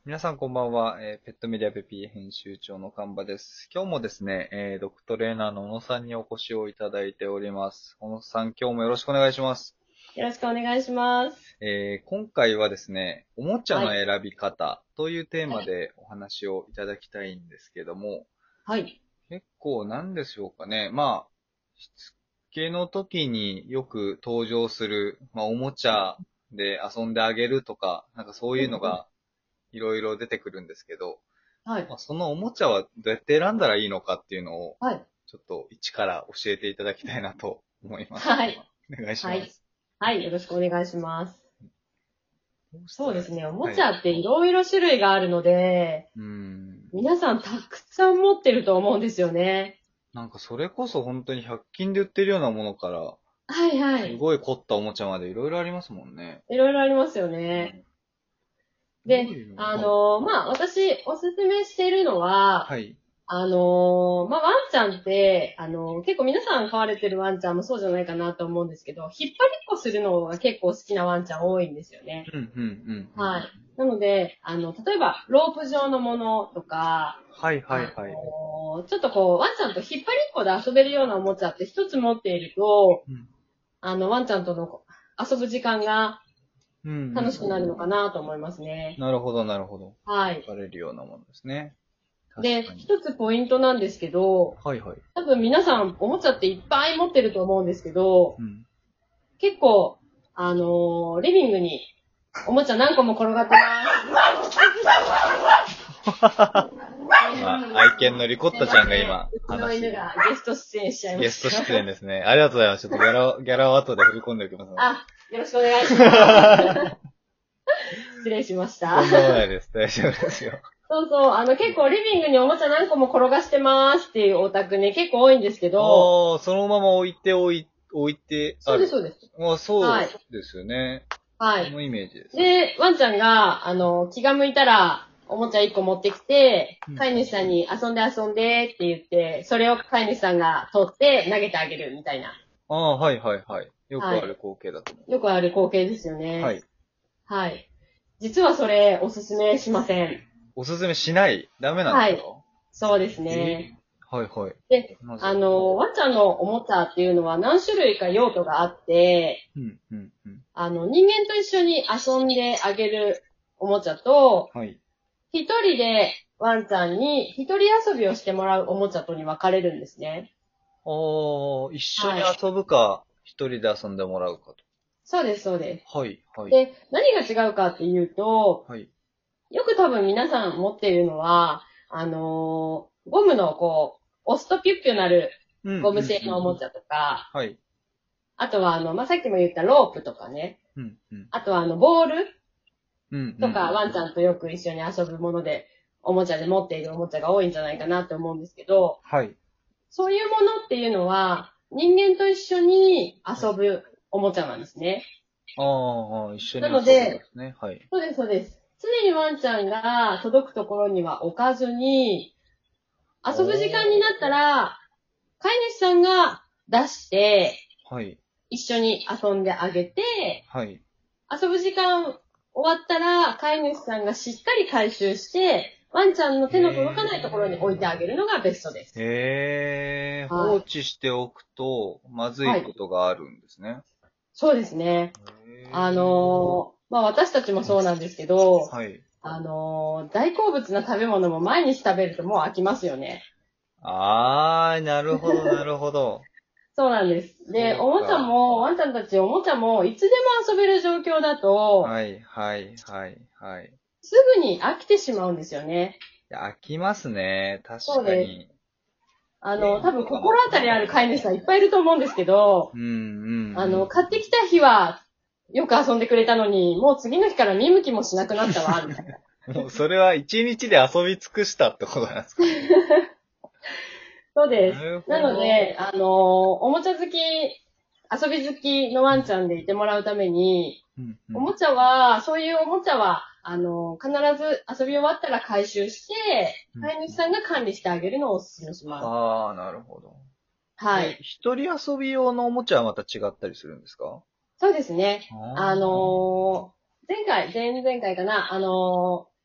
皆さんこんばんは、ペットメディアペピー編集長のカンバです。今日もですね、ドッグトレーナーの小野さんにお越しをいただいております。小野さん、今日もよろしくお願いします。 よろしくお願いします。 今回はですね、おもちゃのはい。 選び方というテーはい。 マでお話をいただきたいんですけども、 はい。 結構なんでしょうかね。しつけの時によく登場する、おもちゃで遊んであげるとか、なんかそううんうん。 いうのがいろいろ出てくるんですけど、 はい。 そのおもちゃはどうやって選んだらいいのかっていうのを、 はい。 ちょっと一から教えていただきたいなと思います。 はい。 お願いしはい。 ます。 はい。よろしくお願いします。 どうしたらいいですそうですね。おもか？はい。 ちゃっていろいろ種類があるので、 うーん。 皆さんたくさん持ってると思うんですよね。 なんかそれこそ本当に100均で売ってるようなものから、 はいはい。 すごい凝ったおもちゃまでいろいろありますもんね。 いろいろありますようん。 ね。で、 どういうのはい。 私おすすめしているのは、 はい。 ワンちゃんって、結構皆さん飼われてるワンちゃんもそうじゃないかなと思うんですけど、引っ張りっこするのが結構好きなワンちゃん多いんですよね。 うん、うん、うん、うん。 はい。なので、例えば、ロープ状のものとか、 はい、はい、はい。 ちょっとこう、ワンちゃんと引っ張りっこで遊べるようなおもちゃって一つ持っていると、 うん。 ワンちゃんとの遊ぶ時間がうん、うん、 楽しくなるのうん。 かなと思いますね。 なるほど、なるほど。 はい。 分かれるようなものですね。確で、 かに。 一つポイントなんですけど、 はい、はい。 多分皆さんおもちゃっていっぱい持ってると思うんですけど、 うん。 結構、リビングにおもちゃ何個も転がってます。 愛犬のリコッタちゃんが今、 うちの話に、 犬がゲスト出演しちゃいまゲストした。 出演ですね。ありがとうございます。ちょっとギャラを後で振り込んでおきますので。 あ、よろしくお願いします。失礼しました。 とんでもないです。大丈夫ですよ。 そうそう、結構リビングにおもちゃ何個も転がしてますっていうお宅ね、結構多いんですけど、 ああ、そのまま置いてあそうです、 る。 そうです。 そうはい。 ですよね。 はい。 そのイメージです。 で、ワンちゃんが、気が向いたら、おもちゃ1個持ってきて、 うん。 飼い主さんに遊んで遊んでって言って、それを飼い主さんが取って投げてあげるみたいな。 ああ、はいはいはい。よくはい。 ある光景だと思います。 よくある光景ですよね。 はい。 はい。実はそれ、おすすめしません。 おすすめしない。ダメなんですか？ はい。そうですね。 ええ、はいはい。 で、 なぜ？ ワンちゃんのおもちゃっていうのは何種類か用途があって、 うん、うん、うん。 人間と一緒に遊んであげるおもちゃと、 はい。 一人でワンちゃんに一人遊びをしてもらうおもちゃとに分かれるんですね。 ああ、一緒にはい。 遊ぶか、一人で遊んでもらうかと。 そうです、そうです。 はい、はい、 で、何が違うかっていうと、 はい。 よく多分皆さん持っているのは、ゴムのこう、押すとピュッピュなるうん、うん、 ゴム製うん。 のおもちゃとか、 はい。 あとはさっきも言ったロープとかね、 うん、うん。 あとはボールうん、うん、 とか、 うん。 ワンちゃんとよく一緒に遊ぶもので、おもちゃで持っているおもちゃが多いんじゃないかなと思うんですけど、 はい。 そういうものっていうのは、人間と一緒にはい。 遊ぶおもちゃなんですね。 ああ、一緒にな遊ぶんでので、 すね。はい。 そうです、そうです。常にワンちゃんが届くところには置かずに、 お遊ぶ時間になったー。 ら、飼い主さんが出して、 はい。 一緒に遊んであげて、 はい。 遊ぶ時間終わったら、飼い主さんがしっかり回収して、ワンちゃんの手の届かないところに置いてあげるのがベストです。 放はい。 置しておくと、まずいこはい。 とがあるんですね。 そうですね。 へえ。 私たちもそうなんですけど、 はい。 大好物な食べ物も毎日食べるともう飽きますよね。 あー、なるほど、なるほど。 そうなんです。で、 そうおもちゃか。 も、ワンちゃんたちおもちゃもいつでも遊べる状況だと、 はい、はい、はい、はい。 すぐに飽きてしまうんですよね。 いや、飽きますね。確そうです。 かに。ゲーム多分とかも心当たりある飼い主さんいっぱいいると思うんですけど、 うん、うん、 買ってきた日はよく遊んでくれたのに、もう次の日から見向きもしなくなったわ、みたいな。 うん。もう、それは一日で遊び尽くしたってことなんですか？ そうです。 なるなほど。 ので、おもちゃ好き、遊び好きのワンちゃんでいてもらうために、 うん、うん。 おもちゃは、そういうおもちゃは、必ず遊び終わったら回収して、 うん、 飼い主さんが管理してあげるのをお勧めします。 ああ、なるほど。 はい。 一人遊び用のおもちゃはまた違ったりするんですか？ そうですね。 ああ、 前々回かな、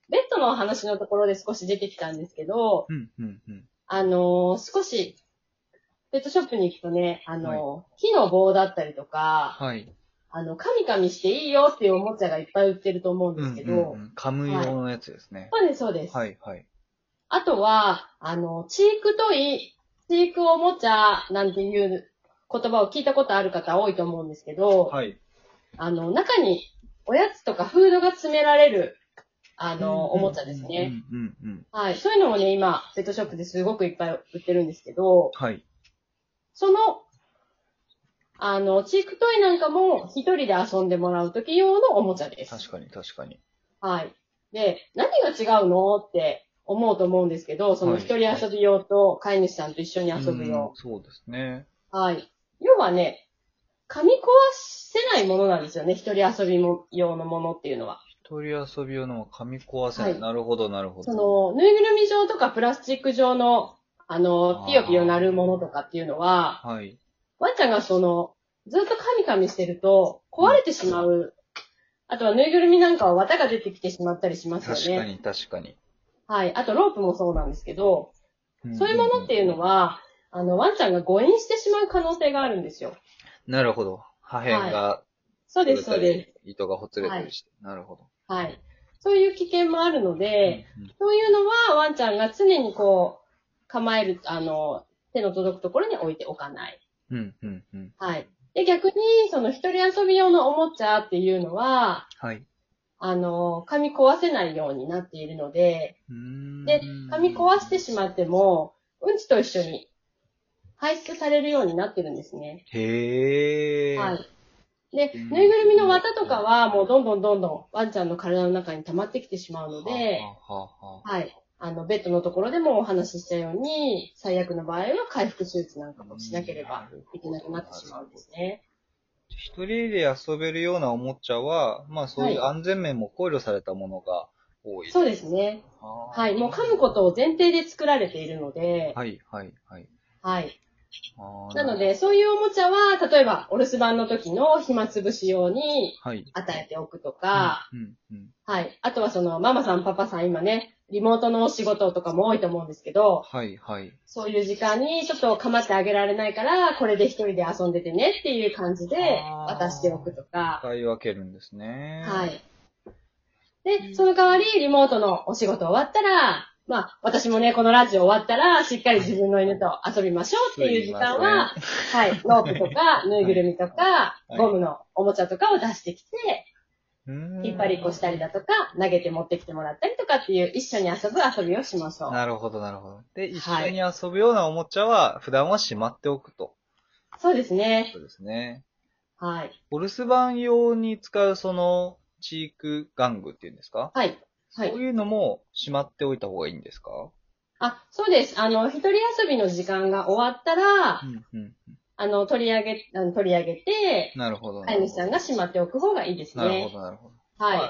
ベッドの話のところで少し出てきたんですけど、 うん、うん、うん。 少し、ペットショップに行くとね、 は木の棒だったりとか、 はい。 カミカミしていいよっていうおもちゃがいっぱい売ってると思うんうん、 ですうん、うけど、 ん。噛むはい。 用のやつですね。 そうです、そうです。 はい、はい。 あとは、チークトイ、チークおもちゃなんていう言葉を聞いたことある方多いと思うんですけど、 はい。 中におやつとかフードが詰められる、 うん、うん、 おもちゃですね。 うん、うん、うん。 はい。そういうのもね、今、ペットショップですごくいっぱい売ってるんですけど、 はい。 その、チークトイなんかも一人で遊んでもらうとき用のおもちゃです。 確かに、確かに。 はい。で、何が違うのって思うと思うんですけど、そのはい。 一人遊び用と飼い主さんと一緒に遊ぶ用。 そうですね。 はい。要はね、噛み壊せないものなんですよね。一人遊び用のものっていうのは。 一人遊び用の噛み壊せない。 はい。 なるほど、なるほど。 その、ぬいぐるみ状とかプラスチック状の、ピヨピヨ鳴るものとかっていうのは、 はい。 ワンちゃんがその、ずっと噛み噛みしてると、壊れてしまう。あとはぬいぐるみなんかは綿が出てきてしまったりしますよね。 確かに、確かに。 はい。あとロープもそうなんですけど、そういうものっていうのは、 は、ワンちゃんが誤飲してしまう可能性があるんですよ。 なるほど。破片はい。 がそうです、 取れたり、 そうです。 糸がほつれはい。 たりして。なるほど。 はい。そういう危険もあるので、 うんうんそういうのはワンちゃんが常にこう、構える、手の届くところに置いておかない。 うんうんうん。 はい。で、逆に、その一人遊び用のおもちゃっていうのは、 はい。 噛み壊せないようになっているので、で、噛み壊してしまっても、うんちと一緒に排出されるようになってるんですね。 へー。 はい。で、ぬいぐるみの綿とかはもうどんどんどんどんワンちゃんの体の中に溜まってきてしまうので、はい。ベッドのところでもお話ししたように、最悪の場合は回復手術なんかもしなければいけなくなってしまうんですね。 一人で遊べるようなおもちゃは、まあそういうはい。 安全面も考慮されたものが多い。 そうですね。はい。もう噛むことを前提で作られているので、 はいはいはい。 はい。 あなので、そういうおもちゃは、例えば、お留守番の時の暇つぶし用にはい。 与えておくとか、 うんうん。 はい。あとはその、ママさん、パパさん、今ね、リモートのお仕事とかも多いと思うんですけど、 はいはい。 そういう時間にちょっと構ってあげられないから、これで一人で遊んでてねっていう感じで渡しておくとか、 使い分けるんですね。 はい。で、その代わり、リモートのお仕事終わったら、まあ、私もね、このラジオ終わったら、しっかり自分の犬と遊びましょうっていう時間は、はい、ロープとか、ぬいぐるみとか、ゴムのおもちゃとかを出してきて、引っ張りっこしたりだとか、投げて持ってきてもらったりとかっていう、一緒に遊ぶ遊びをしましょう。 なるほどなるほど。で、一緒に遊ぶようなおもちゃは、普段はしまっておくと。 そうですね。 そうですね。 はい。 お留守番用に使うその、チーク玩具っていうんですか？ はい。はい。 そういうのもしまっておいた方がいいんですか？ あ、そうです。一人遊びの時間が終わったら、取り上げて、 なるほど。 飼い主さんがしまっておく方がいいですね。 なるほど、なるほど。 はい。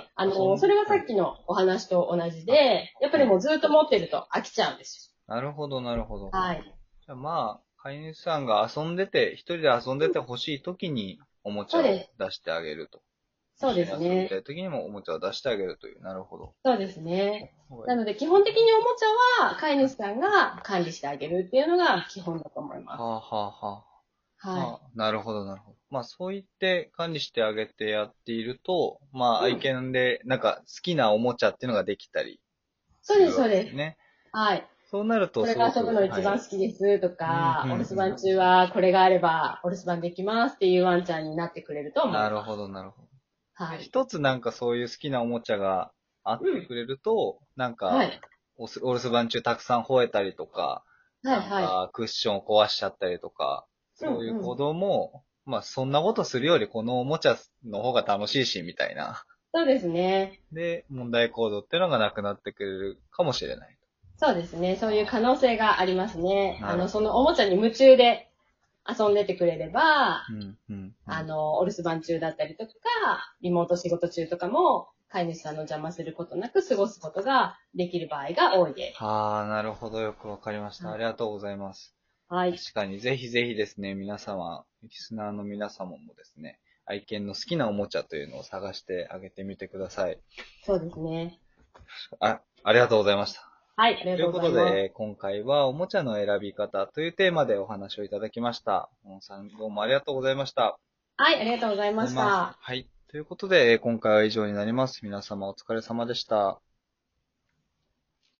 それはさっきのお話と同じで、やっぱりもうずっと持ってると飽きちゃうんですなるほど、なるほど。 よ。はい。 じゃあまあ、飼い主さんが遊んでて、一人で遊んでて欲しい時におもちゃを出してあげると。 そうです遊びたね。 い時にもおもちゃを出してあげるという。なるほど。 そうですね。なので、基本的におもちゃは飼い主さんが管理してあげるっていうのが基本だと思います。 はあはあはあ。 はい。 まあ、なるほど、なるほど。まあ、そう言って管理してあげてやっていると、まあ、愛犬で、なんか、好きなおもちゃっていうのができたりそうです、そうです。 ね。 はい。 そうなると、 これが遊ぶの一番好きですとか、お留守番中はこれがあればお留守番できますっていうワンちゃんになってくれると思います。 なるほど、なるほど。 はい。 一つなんかそういう好きなおもちゃがあってくれると、なんか、 はい。 お留守番中たくさん吠えたりとか、 はい、 なんはかクッションを壊しちゃったりとか、そういう行動も、まあそんなことするよりこのおもちゃの方が楽しいし、みたいな。 そうですね。 で、問題行動っていうのがなくなってくれるかもしれない。 そうですね。そういう可能性がありますね。そのおもちゃに夢中で遊んでてくれれば、お留守番中だったりとか、リモート仕事中とかも、飼い主さんの邪魔することなく過ごすことができる場合が多いです。 はあ、なるほど。よくわかりました。ありがとうございます。 はい。 確かに、ぜひぜひですね、皆様、リスナーの皆様もですね、愛犬の好きなおもちゃというのを探してあげてみてください。 そうですね。 ありがとうございました。 はい、ありがということうございます。 とで、今回はおもちゃの選び方というテーマでお話をいただきました。小野さん、どうもありがとうございました。 はい、ありがとうございました。 はい。ということで、今回は以上になります。皆様お疲れ様でした。